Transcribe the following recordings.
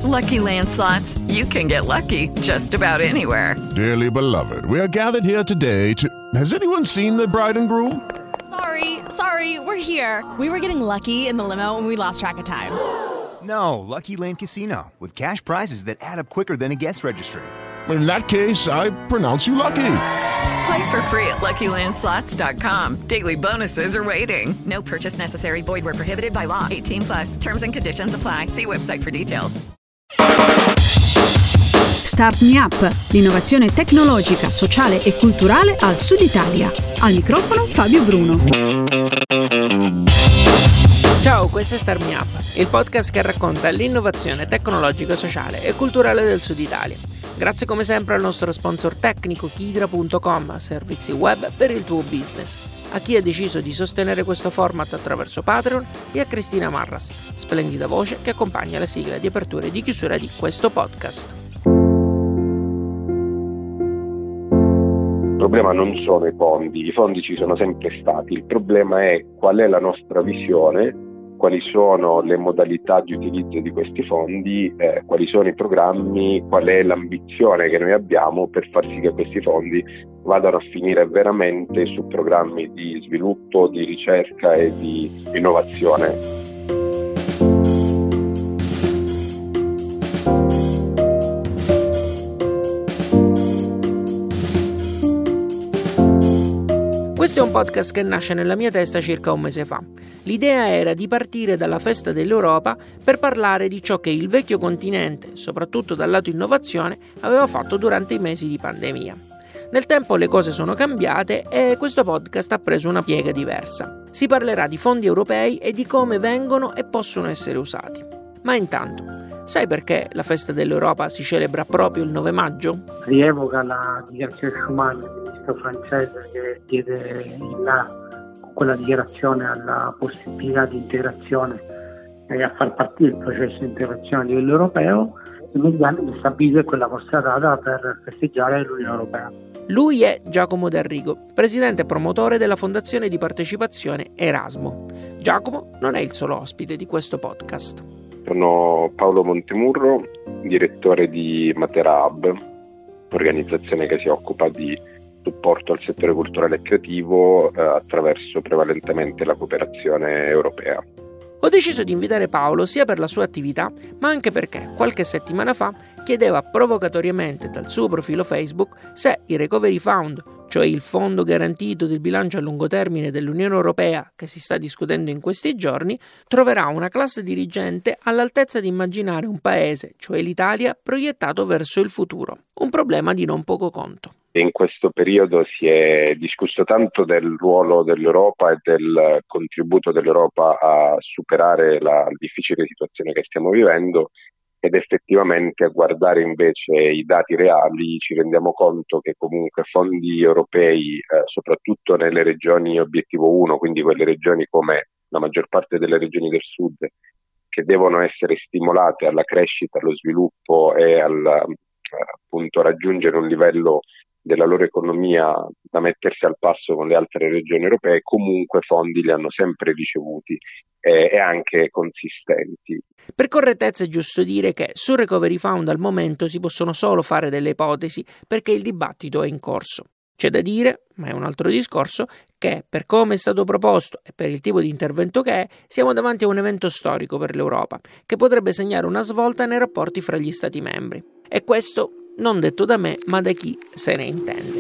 Lucky Land Slots, you can get lucky just about anywhere. Dearly beloved, we are gathered here today to... Has anyone seen the bride and groom? Sorry, we're here. We were getting lucky in the limo and we lost track of time. No, Lucky Land Casino, with cash prizes that add up quicker than a guest registry. In that case, I pronounce you lucky. Play for free at LuckyLandSlots.com. Daily bonuses are waiting. No purchase necessary. Void where prohibited by law. 18+. Terms and conditions apply. See website for details. Start Me Up, l'innovazione tecnologica, sociale e culturale al Sud Italia. Al microfono Fabio Bruno. Ciao, questo è Start Me Up, il podcast che racconta l'innovazione tecnologica, sociale e culturale del Sud Italia. Grazie come sempre al nostro sponsor tecnico Kidra.com, servizi web per il tuo business, a chi ha deciso di sostenere questo format attraverso Patreon e a Cristina Marras, splendida voce che accompagna la sigla di apertura e di chiusura di questo podcast. Il problema non sono i fondi ci sono sempre stati, il problema è qual è la nostra visione, quali sono le modalità di utilizzo di questi fondi, quali sono i programmi, qual è l'ambizione che noi abbiamo per far sì che questi fondi vadano a finire veramente su programmi di sviluppo, di ricerca e di innovazione. Questo è un podcast che nasce nella mia testa circa un mese fa. L'idea era di partire dalla festa dell'Europa per parlare di ciò che il vecchio continente, soprattutto dal lato innovazione, aveva fatto durante i mesi di pandemia. Nel tempo le cose sono cambiate e questo podcast ha preso una piega diversa. Si parlerà di fondi europei e di come vengono e possono essere usati. Ma intanto, sai perché la festa dell'Europa si celebra proprio il 9 maggio? Rievoca la dichiarazione Schuman, francese, che diede con quella dichiarazione alla possibilità di integrazione e a far partire il processo di integrazione a livello europeo, e negli anni si stabilisce quella fosse la data per festeggiare l'Unione Europea. Lui è Giacomo D'Arrigo, presidente e promotore della fondazione di partecipazione Erasmo. Giacomo non è il solo ospite di questo podcast. Sono Paolo Montemurro, direttore di Matera Hub, organizzazione che si occupa di supporto al settore culturale e creativo attraverso prevalentemente la cooperazione europea. Ho deciso di invitare Paolo sia per la sua attività, ma anche perché qualche settimana fa chiedeva provocatoriamente dal suo profilo Facebook se i Recovery Fund, cioè il fondo garantito del bilancio a lungo termine dell'Unione Europea che si sta discutendo in questi giorni, troverà una classe dirigente all'altezza di immaginare un paese, cioè l'Italia, proiettato verso il futuro. Un problema di non poco conto. In questo periodo si è discusso tanto del ruolo dell'Europa e del contributo dell'Europa a superare la difficile situazione che stiamo vivendo, ed effettivamente a guardare invece i dati reali ci rendiamo conto che comunque fondi europei, soprattutto nelle regioni obiettivo 1, quindi quelle regioni come la maggior parte delle regioni del sud, che devono essere stimolate alla crescita, allo sviluppo e appunto raggiungere un livello della loro economia da mettersi al passo con le altre regioni europee, comunque fondi li hanno sempre ricevuti e anche consistenti. Per correttezza è giusto dire che sul Recovery Fund al momento si possono solo fare delle ipotesi perché il dibattito è in corso. C'è da dire, ma è un altro discorso, che per come è stato proposto e per il tipo di intervento che è, siamo davanti a un evento storico per l'Europa, che potrebbe segnare una svolta nei rapporti fra gli Stati membri. E questo non detto da me, ma da chi se ne intende.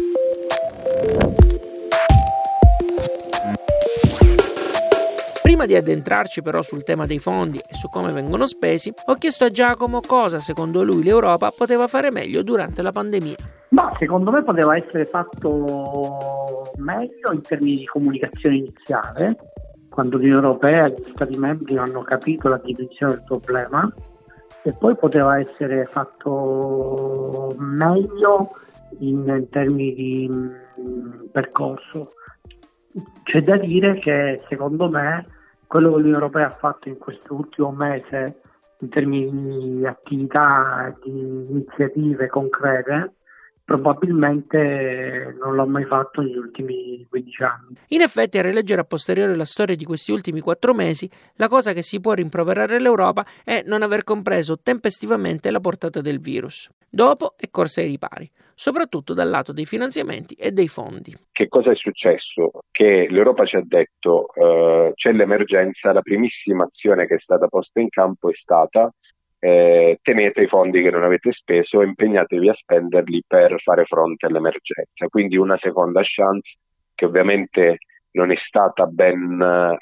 Prima di addentrarci però sul tema dei fondi e su come vengono spesi, ho chiesto a Giacomo cosa secondo lui l'Europa poteva fare meglio durante la pandemia. Ma secondo me poteva essere fatto meglio in termini di comunicazione iniziale, quando l'Unione Europea e gli Stati membri hanno capito la dimensione del problema, e poi poteva essere fatto meglio in termini di percorso. C'è da dire che secondo me quello che l'Unione Europea ha fatto in questo ultimo mese in termini di attività e di iniziative concrete probabilmente non l'ho mai fatto negli ultimi 15 anni. In effetti, a rileggere a posteriori la storia di questi ultimi 4 mesi, la cosa che si può rimproverare all'Europa è non aver compreso tempestivamente la portata del virus. Dopo è corsa ai ripari, soprattutto dal lato dei finanziamenti e dei fondi. Che cosa è successo? Che l'Europa ci ha detto c'è l'emergenza, la primissima azione che è stata posta in campo è stata tenete i fondi che non avete speso e impegnatevi a spenderli per fare fronte all'emergenza. Quindi una seconda chance che ovviamente non è stata ben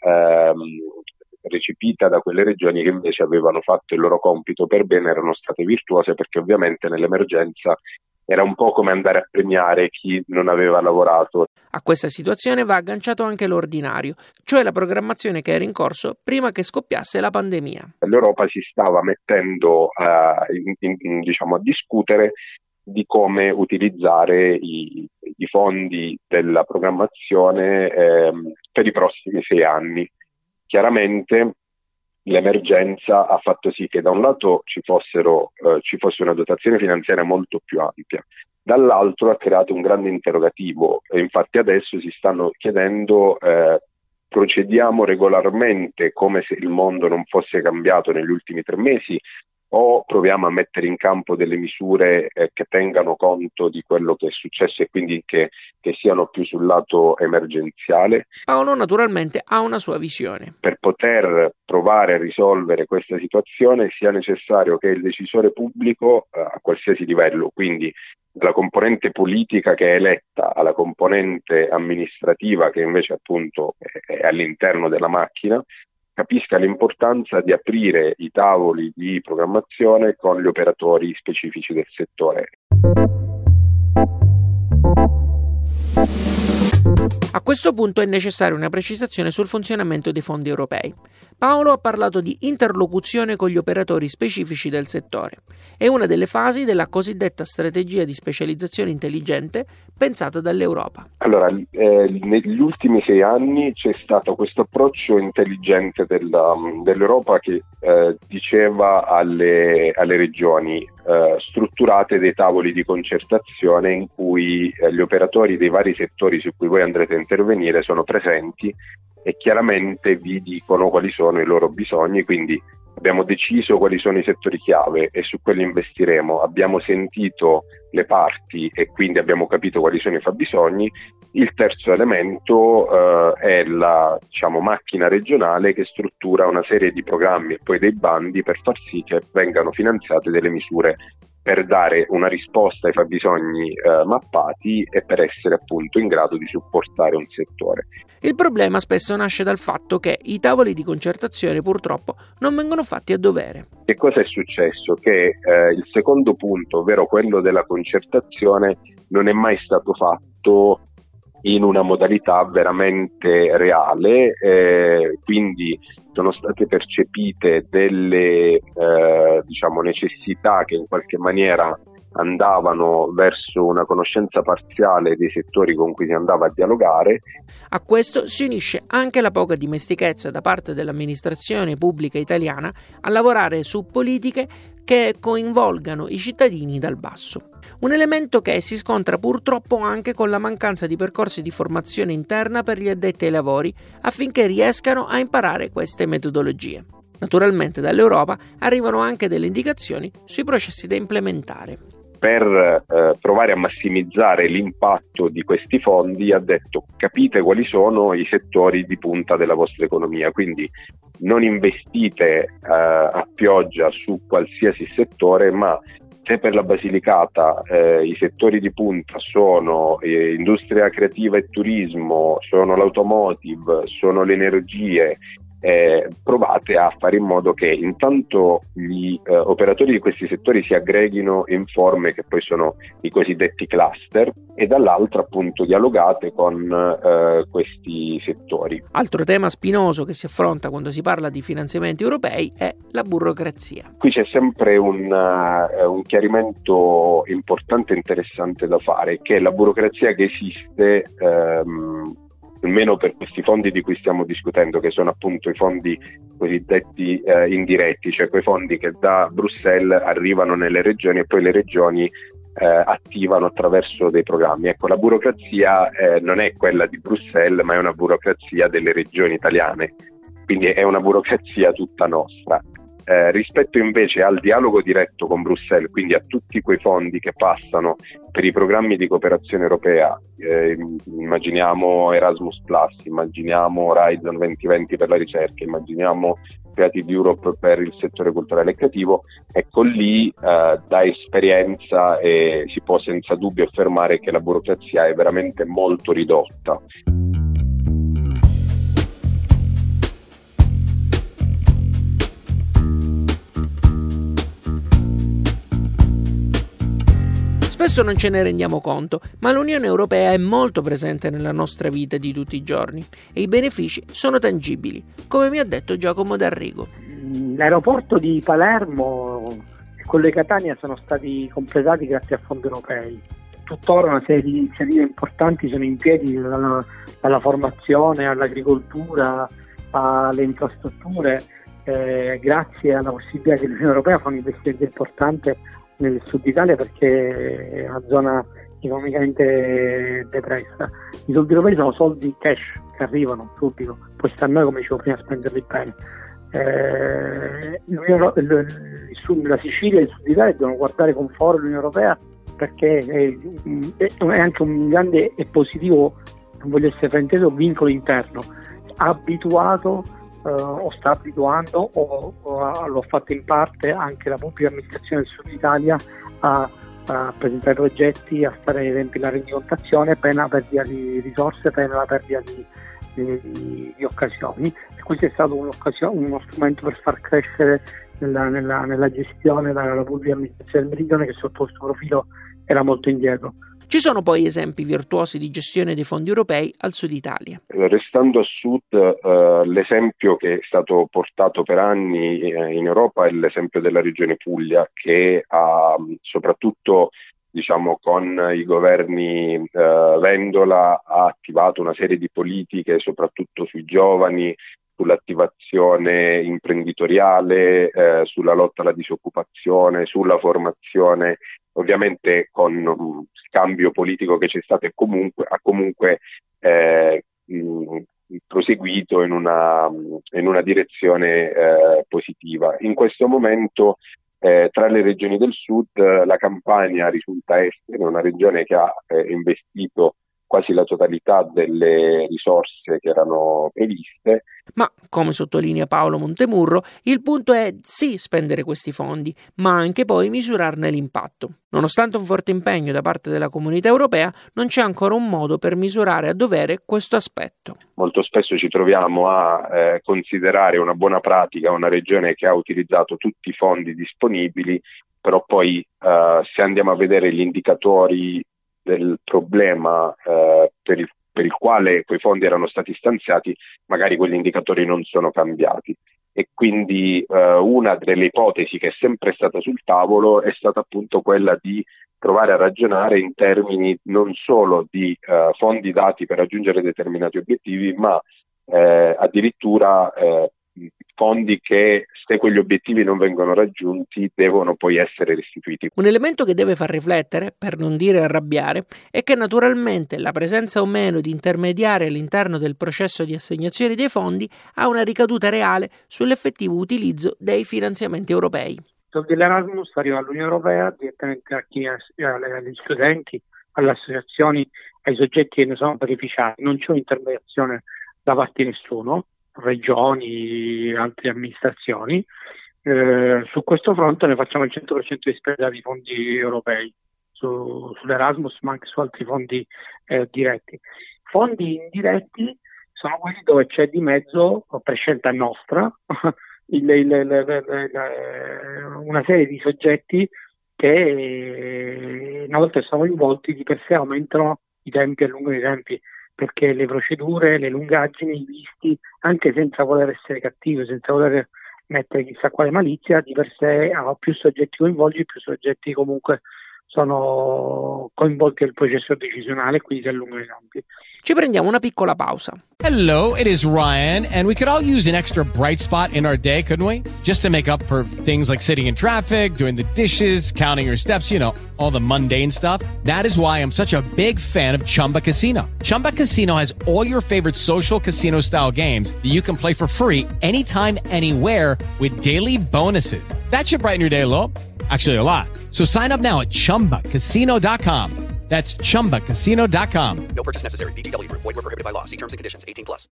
recepita da quelle regioni che invece avevano fatto il loro compito per bene, erano state virtuose, perché ovviamente nell'emergenza era un po' come andare a premiare chi non aveva lavorato. A questa situazione va agganciato anche l'ordinario, cioè la programmazione che era in corso prima che scoppiasse la pandemia. L'Europa si stava mettendo a discutere di come utilizzare i fondi della programmazione per i prossimi 6 anni. Chiaramente l'emergenza ha fatto sì che da un lato ci fosse una dotazione finanziaria molto più ampia, dall'altro ha creato un grande interrogativo e infatti adesso si stanno chiedendo procediamo regolarmente come se il mondo non fosse cambiato negli ultimi 3 mesi o proviamo a mettere in campo delle misure che tengano conto di quello che è successo e quindi che siano più sul lato emergenziale. Paolo naturalmente ha una sua visione. Per poter provare a risolvere questa situazione sia necessario che il decisore pubblico a qualsiasi livello, quindi dalla componente politica che è eletta alla componente amministrativa che invece appunto è all'interno della macchina, capisca l'importanza di aprire i tavoli di programmazione con gli operatori specifici del settore. A questo punto è necessaria una precisazione sul funzionamento dei fondi europei. Paolo ha parlato di interlocuzione con gli operatori specifici del settore. È una delle fasi della cosiddetta strategia di specializzazione intelligente pensata dall'Europa. Allora, negli ultimi 6 anni c'è stato questo approccio intelligente dell'Europa che diceva alle regioni strutturate dei tavoli di concertazione in cui gli operatori dei vari settori su cui voi andrete a intervenire sono presenti e chiaramente vi dicono quali sono i loro bisogni, quindi abbiamo deciso quali sono i settori chiave e su quelli investiremo, abbiamo sentito le parti e quindi abbiamo capito quali sono i fabbisogni. Il terzo elemento è la macchina regionale che struttura una serie di programmi e poi dei bandi per far sì che vengano finanziate delle misure per dare una risposta ai fabbisogni mappati e per essere appunto in grado di supportare un settore. Il problema spesso nasce dal fatto che i tavoli di concertazione purtroppo non vengono fatti a dovere. Che cosa è successo? Che il secondo punto, ovvero quello della concertazione, non è mai stato fatto in una modalità veramente reale, quindi sono state percepite delle necessità che in qualche maniera andavano verso una conoscenza parziale dei settori con cui si andava a dialogare. A questo si unisce anche la poca dimestichezza da parte dell'amministrazione pubblica italiana a lavorare su politiche che coinvolgano i cittadini dal basso. Un elemento che si scontra purtroppo anche con la mancanza di percorsi di formazione interna per gli addetti ai lavori affinché riescano a imparare queste metodologie. Naturalmente dall'Europa arrivano anche delle indicazioni sui processi da implementare. Per provare a massimizzare l'impatto di questi fondi ha detto capite quali sono i settori di punta della vostra economia, quindi non investite a pioggia su qualsiasi settore, ma se per la Basilicata i settori di punta sono industria creativa e turismo, sono l'automotive, sono le energie, provate a fare in modo che intanto gli operatori di questi settori si aggreghino in forme che poi sono i cosiddetti cluster e dall'altro appunto dialogate con questi settori. Altro tema spinoso che si affronta quando si parla di finanziamenti europei è la burocrazia. Qui c'è sempre un chiarimento importante e interessante da fare, che la burocrazia che esiste almeno per questi fondi di cui stiamo discutendo, che sono appunto i fondi cosiddetti indiretti, cioè quei fondi che da Bruxelles arrivano nelle regioni e poi le regioni attivano attraverso dei programmi. Ecco, la burocrazia non è quella di Bruxelles, ma è una burocrazia delle regioni italiane, quindi è una burocrazia tutta nostra. Rispetto invece al dialogo diretto con Bruxelles, quindi a tutti quei fondi che passano per i programmi di cooperazione europea, immaginiamo Erasmus+, immaginiamo Horizon 2020 per la ricerca, immaginiamo Creative Europe per il settore culturale e creativo, ecco lì da esperienza si può senza dubbio affermare che la burocrazia è veramente molto ridotta. Spesso non ce ne rendiamo conto, ma l'Unione Europea è molto presente nella nostra vita di tutti i giorni e i benefici sono tangibili, come mi ha detto Giacomo D'Arrigo. L'aeroporto di Palermo e quello di Catania sono stati completati grazie a fondi europei. Tuttora una serie di iniziative importanti sono in piedi, dalla formazione all'agricoltura alle infrastrutture, grazie alla possibilità che l'Unione Europea fa un investimento importante nel sud Italia, perché è una zona economicamente depressa. I soldi europei sono soldi cash che arrivano subito, poi sta a noi, come dicevo prima, a spenderli bene. La Sicilia e il sud Italia devono guardare con favore l'Unione Europea, perché è anche un grande e positivo, non voglio essere frainteso, vincolo interno. Ha abituato o sta abituando o lo ha fatto in parte anche la pubblica amministrazione del Sud Italia a presentare progetti, a stare ai tempi la rendicontazione, pena la perdita di risorse, pena la perdita di occasioni, e questo è stato uno strumento per far crescere nella gestione la pubblica amministrazione del Meridione, che sotto questo profilo era molto indietro. Ci sono poi esempi virtuosi di gestione dei fondi europei al Sud Italia. Restando a Sud, l'esempio che è stato portato per anni in Europa è l'esempio della regione Puglia, che ha soprattutto con i governi Vendola ha attivato una serie di politiche soprattutto sui giovani, sull'attivazione imprenditoriale, sulla lotta alla disoccupazione, sulla formazione, ovviamente con scambio politico che c'è stato e ha comunque proseguito in una direzione positiva. In questo momento tra le regioni del sud la Campania risulta essere una regione che ha investito quasi la totalità delle risorse che erano previste. Ma, come sottolinea Paolo Montemurro, il punto è sì spendere questi fondi, ma anche poi misurarne l'impatto. Nonostante un forte impegno da parte della Comunità Europea, non c'è ancora un modo per misurare a dovere questo aspetto. Molto spesso ci troviamo a considerare una buona pratica una regione che ha utilizzato tutti i fondi disponibili, però poi se andiamo a vedere gli indicatori del problema per il quale quei fondi erano stati stanziati, magari quegli indicatori non sono cambiati, e quindi una delle ipotesi che è sempre stata sul tavolo è stata appunto quella di provare a ragionare in termini non solo di fondi dati per raggiungere determinati obiettivi, ma addirittura fondi che, se quegli obiettivi non vengono raggiunti, devono poi essere restituiti. Un elemento che deve far riflettere, per non dire arrabbiare, è che naturalmente la presenza o meno di intermediari all'interno del processo di assegnazione dei fondi ha una ricaduta reale sull'effettivo utilizzo dei finanziamenti europei. L'Erasmus arriva all'Unione Europea direttamente agli studenti, alle associazioni, ai soggetti che ne sono beneficiari. Non c'è un'intermediazione da parte di nessuno, regioni, altre amministrazioni. Su questo fronte noi facciamo il 100% di spesa di fondi europei sull'Erasmus, ma anche su altri fondi diretti. Fondi indiretti sono quelli dove c'è di mezzo, per scelta nostra, una serie di soggetti che una volta sono coinvolti di per sé aumentano i tempi, allungano i tempi, perché le procedure, le lungaggini, i visti, anche senza voler essere cattivi, senza voler mettere chissà quale malizia, di per sé più soggetti coinvolti, più soggetti comunque sono coinvolti nel processo decisionale e quindi si allungano i tempi. Ci prendiamo una piccola pausa. Hello, it is Ryan, and we could all use an extra bright spot in our day, couldn't we? Just to make up for things like sitting in traffic, doing the dishes, counting your steps, you know, all the mundane stuff. That is why I'm such a big fan of Chumba Casino. Chumba Casino has all your favorite social casino-style games that you can play for free anytime, anywhere with daily bonuses. That should brighten your day a little. Actually, a lot. So sign up now at ChumbaCasino.com. That's ChumbaCasino.com. No purchase necessary. VGW Group. Void where prohibited by law. See terms and conditions. 18+.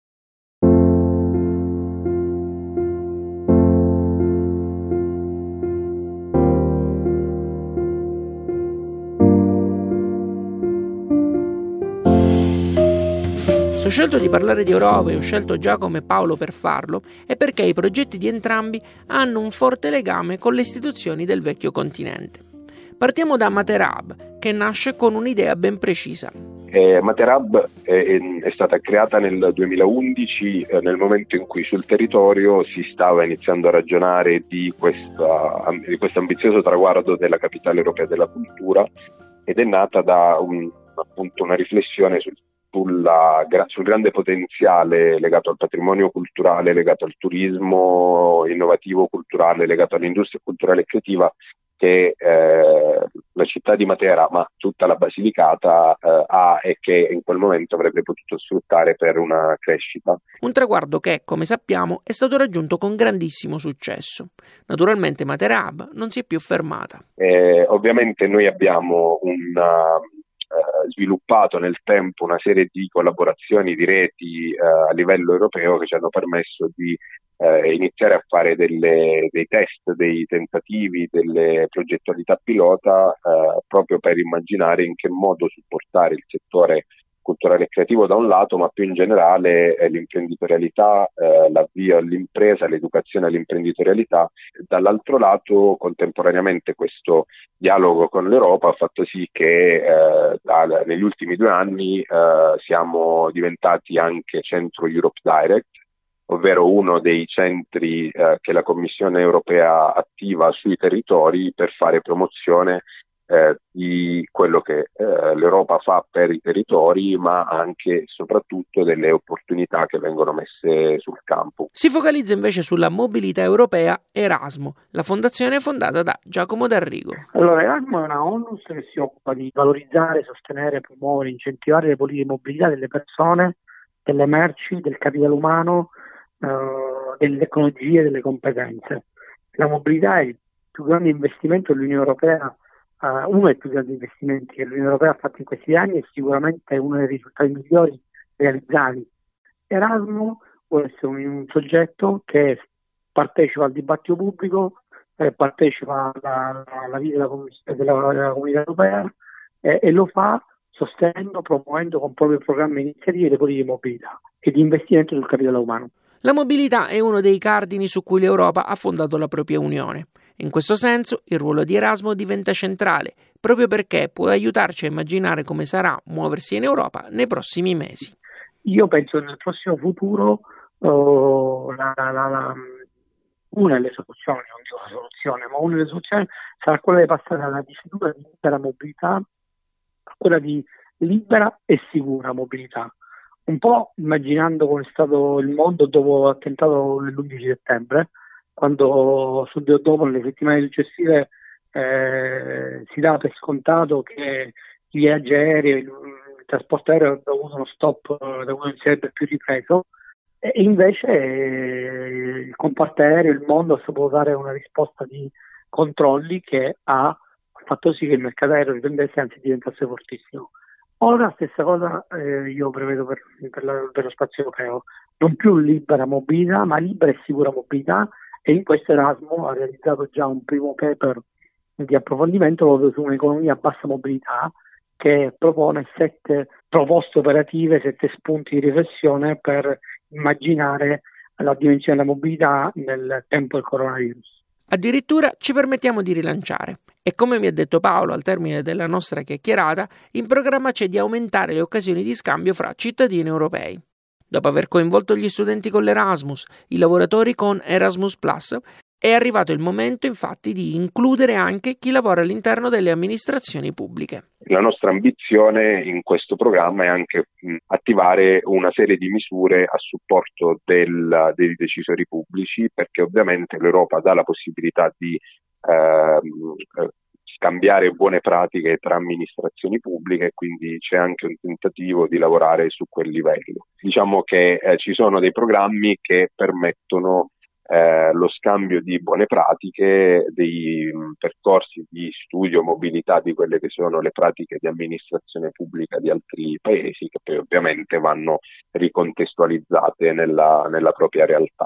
Se ho scelto di parlare di Europa e ho scelto Giacomo e Paolo per farlo, è perché i progetti di entrambi hanno un forte legame con le istituzioni del vecchio continente. Partiamo da Materhub, che nasce con un'idea ben precisa. Materhub è stata creata nel 2011, nel momento in cui sul territorio si stava iniziando a ragionare di questo ambizioso traguardo della capitale europea della cultura, ed è nata da una riflessione sul grande potenziale legato al patrimonio culturale, legato al turismo innovativo culturale, legato all'industria culturale e creativa che la città di Matera, ma tutta la Basilicata, ha e che in quel momento avrebbe potuto sfruttare per una crescita. Un traguardo che, come sappiamo, è stato raggiunto con grandissimo successo. Naturalmente Materhub non si è più fermata. Ovviamente noi abbiamo sviluppato nel tempo una serie di collaborazioni, di reti a livello europeo che ci hanno permesso di iniziare a fare dei test, dei tentativi, delle progettualità pilota proprio per immaginare in che modo supportare il settore culturale e creativo da un lato, ma più in generale l'imprenditorialità, l'avvio all'impresa, l'educazione all'imprenditorialità. Dall'altro lato, contemporaneamente, questo dialogo con l'Europa ha fatto sì che negli ultimi 2 anni siamo diventati anche centro Europe Direct, ovvero uno dei centri che la Commissione europea attiva sui territori per fare promozione di quello che l'Europa fa per i territori, ma anche e soprattutto delle opportunità che vengono messe sul campo. Si focalizza invece sulla mobilità europea Erasmo, la fondazione fondata da Giacomo D'Arrigo. Allora, Erasmo è una ONLUS che si occupa di valorizzare, sostenere, promuovere, incentivare le politiche di mobilità delle persone, delle merci, del capitale umano, delle tecnologie, delle competenze. La mobilità è il più grande investimento dell'Unione Europea, uno dei più grandi investimenti che l'Unione Europea ha fatto in questi anni, e sicuramente è uno dei risultati migliori realizzati. Erasmus vuole essere un soggetto che partecipa al dibattito pubblico, partecipa alla vita della comunità europea e lo fa sostenendo, promuovendo con propri programmi e iniziative le politiche di mobilità e di investimento sul capitale umano. La mobilità è uno dei cardini su cui l'Europa ha fondato la propria Unione. In questo senso, il ruolo di Erasmo diventa centrale, proprio perché può aiutarci a immaginare come sarà muoversi in Europa nei prossimi mesi. Io penso che nel prossimo futuro una delle soluzioni, non dico la soluzione, ma una delle soluzioni sarà quella di passare dalla dicitura di libera mobilità a quella di libera e sicura mobilità. Un po' immaginando come è stato il mondo dopo l'attentato dell'11 settembre, quando subito dopo, nelle settimane successive, si dà per scontato che i viaggi aerei, il trasporto aereo avrebbe avuto uno stop da cui non si sarebbe più ripreso, e invece il comparto aereo, il mondo ha saputo dare una risposta di controlli che ha fatto sì che il mercato aereo riprendesse, anzi diventasse fortissimo. Ora la stessa cosa io prevedo per lo spazio europeo, non più libera mobilità, ma libera e sicura mobilità, e in questo Erasmus ha realizzato già un primo paper di approfondimento proprio su un'economia a bassa mobilità, che propone 7 proposte operative, 7 spunti di riflessione per immaginare la dimensione della mobilità nel tempo del coronavirus. Addirittura ci permettiamo di rilanciare. E come mi ha detto Paolo al termine della nostra chiacchierata, in programma c'è di aumentare le occasioni di scambio fra cittadini europei. Dopo aver coinvolto gli studenti con l'Erasmus, i lavoratori con Erasmus Plus, È arrivato il momento, infatti, di includere anche chi lavora all'interno delle amministrazioni pubbliche. La nostra ambizione in questo programma è anche attivare una serie di misure a supporto dei decisori pubblici, perché ovviamente l'Europa dà la possibilità di scambiare buone pratiche tra amministrazioni pubbliche, e quindi c'è anche un tentativo di lavorare su quel livello. Diciamo che ci sono dei programmi che permettono lo scambio di buone pratiche, dei percorsi di studio, mobilità di quelle che sono le pratiche di amministrazione pubblica di altri paesi, che poi ovviamente vanno ricontestualizzate nella propria realtà.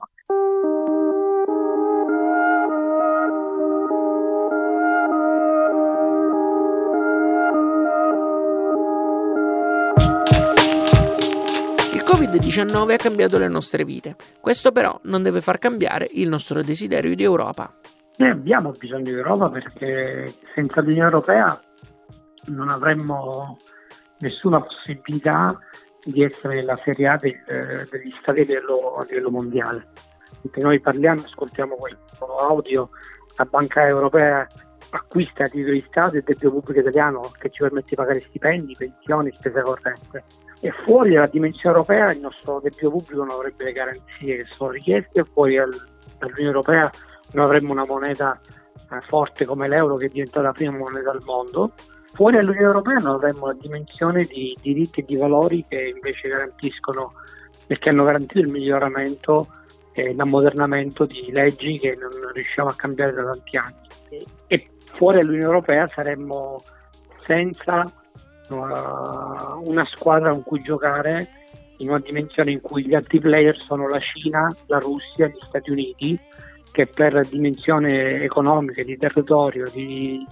Il Covid-19 ha cambiato le nostre vite. Questo però non deve far cambiare il nostro desiderio di Europa. Noi abbiamo bisogno di Europa perché senza l'Unione Europea non avremmo nessuna possibilità di essere la Serie A degli stati a livello mondiale. Perché noi ascoltiamo questo audio, la Banca Europea acquista titoli di Stato e il debito pubblico italiano che ci permette di pagare stipendi, pensioni, spese corrente. E fuori dalla dimensione europea il nostro debito pubblico non avrebbe le garanzie che sono richieste, e fuori dall'Unione Europea non avremmo una moneta forte come l'euro, che è diventata la prima moneta al mondo. Fuori dall'Unione Europea non avremmo la dimensione di diritti e di valori che invece garantiscono, perché hanno garantito il miglioramento e l'ammodernamento di leggi che non riusciamo a cambiare da tanti anni. E fuori dall'Unione Europea saremmo senza una squadra con cui giocare, in una dimensione in cui gli altri player sono la Cina, la Russia, gli Stati Uniti, che per dimensione economica, di territorio, di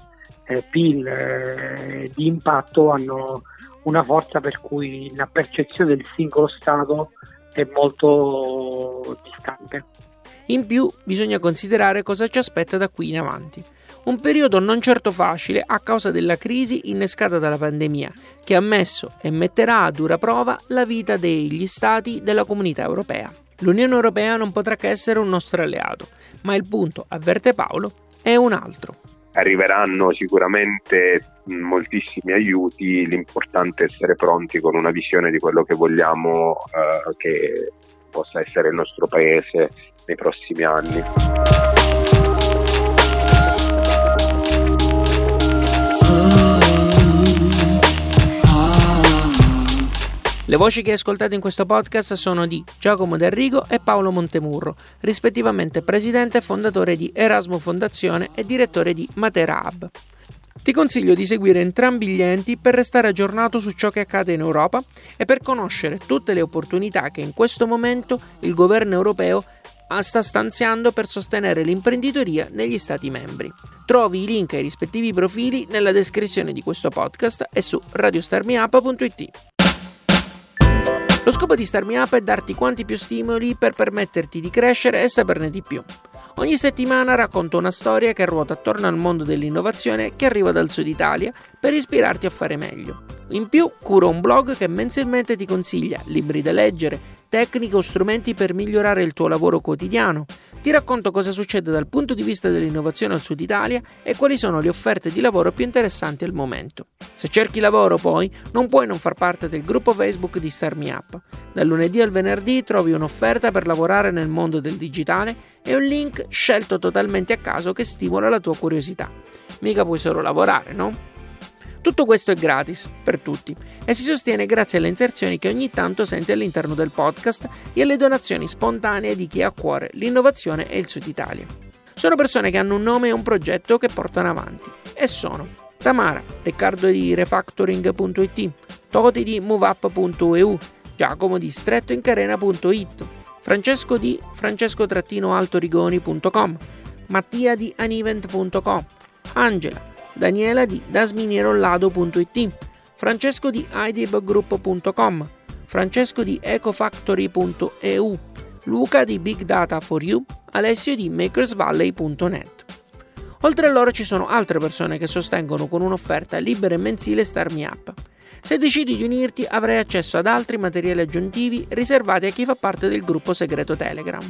PIL, di impatto hanno una forza per cui la percezione del singolo Stato è molto distante. In più bisogna considerare cosa ci aspetta da qui in avanti. Un periodo non certo facile a causa della crisi innescata dalla pandemia, che ha messo e metterà a dura prova la vita degli Stati della Comunità Europea. L'Unione Europea non potrà che essere un nostro alleato, ma il punto, avverte Paolo, è un altro. Arriveranno sicuramente moltissimi aiuti, l'importante è essere pronti con una visione di quello che vogliamo che possa essere il nostro paese nei prossimi anni. Le voci che ascoltate in questo podcast sono di Giacomo D'Arrigo e Paolo Montemurro, rispettivamente presidente e fondatore di Erasmus Fondazione e direttore di Matera Hub. Ti consiglio di seguire entrambi gli enti per restare aggiornato su ciò che accade in Europa e per conoscere tutte le opportunità che in questo momento il governo europeo sta stanziando per sostenere l'imprenditoria negli Stati membri. Trovi i link ai rispettivi profili nella descrizione di questo podcast e su radiostarmiup.it. Lo scopo di Start Me Up è darti quanti più stimoli per permetterti di crescere e saperne di più. Ogni settimana racconto una storia che ruota attorno al mondo dell'innovazione che arriva dal Sud Italia per ispirarti a fare meglio. In più curo un blog che mensilmente ti consiglia libri da leggere, tecniche o strumenti per migliorare il tuo lavoro quotidiano. Ti racconto cosa succede dal punto di vista dell'innovazione al Sud Italia e quali sono le offerte di lavoro più interessanti al momento. Se cerchi lavoro poi non puoi non far parte del gruppo Facebook di Start Me Up. Dal lunedì al venerdì trovi un'offerta per lavorare nel mondo del digitale e un link scelto totalmente a caso che stimola la tua curiosità. Mica puoi solo lavorare, no? Tutto questo è gratis, per tutti, e si sostiene grazie alle inserzioni che ogni tanto senti all'interno del podcast e alle donazioni spontanee di chi ha a cuore l'innovazione e il Sud Italia. Sono persone che hanno un nome e un progetto che portano avanti, e sono Tamara, Riccardo di Refactoring.it, Toti di MoveUp.eu, Giacomo di strettoincarena.it, Francesco di francesco-altorigoni.com, Mattia di anivent.com, Angela, Daniela di dasminierolado.it, Francesco di idebgroup.com, Francesco di ecofactory.eu, Luca di Big Data for You, Alessio di makersvalley.net. Oltre a loro ci sono altre persone che sostengono con un'offerta libera e mensile Start Me Up. Se decidi di unirti avrai accesso ad altri materiali aggiuntivi riservati a chi fa parte del gruppo segreto Telegram.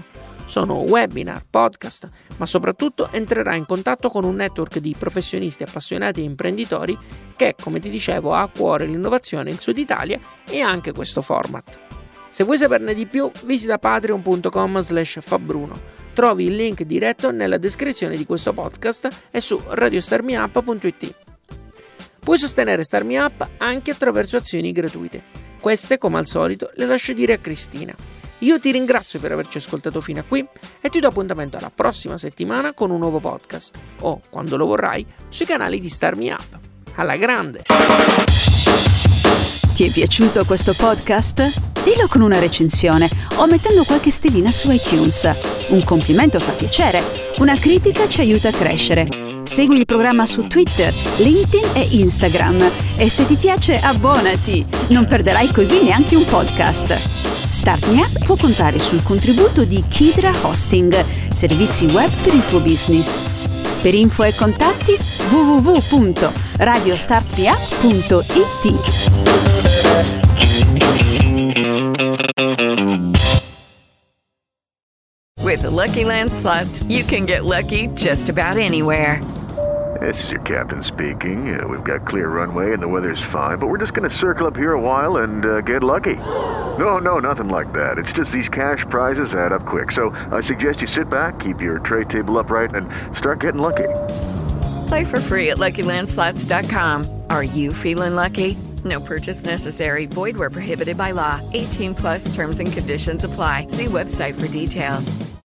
sono webinar, podcast, ma soprattutto entrerai in contatto con un network di professionisti appassionati e imprenditori che, come ti dicevo, ha a cuore l'innovazione, il Sud Italia e anche questo format. Se vuoi saperne di più, visita patreon.com/fabbruno. Trovi il link diretto nella descrizione di questo podcast e su radiostarmiup.it. Puoi sostenere Start Me Up anche attraverso azioni gratuite. Queste, come al solito, le lascio dire a Cristina. Io ti ringrazio per averci ascoltato fino a qui e ti do appuntamento alla prossima settimana con un nuovo podcast o, quando lo vorrai, sui canali di Start Me Up. Alla grande! Ti è piaciuto questo podcast? Dillo con una recensione o mettendo qualche stellina su iTunes. Un complimento fa piacere, una critica ci aiuta a crescere. Segui il programma su Twitter, LinkedIn e Instagram e se ti piace abbonati, non perderai così neanche un podcast. Start Me Up può contare sul contributo di Kidra Hosting, servizi web per il tuo business. Per info e contatti www.radiostartmeup.it. With the Lucky Land Slots, you can get lucky just about anywhere. This is your captain speaking. We've got clear runway and the weather's fine, but we're just going to circle up here a while and get lucky. No, nothing like that. It's just these cash prizes add up quick. So I suggest you sit back, keep your tray table upright, and start getting lucky. Play for free at LuckyLandSlots.com. Are you feeling lucky? No purchase necessary. Void where prohibited by law. 18+ terms and conditions apply. See website for details.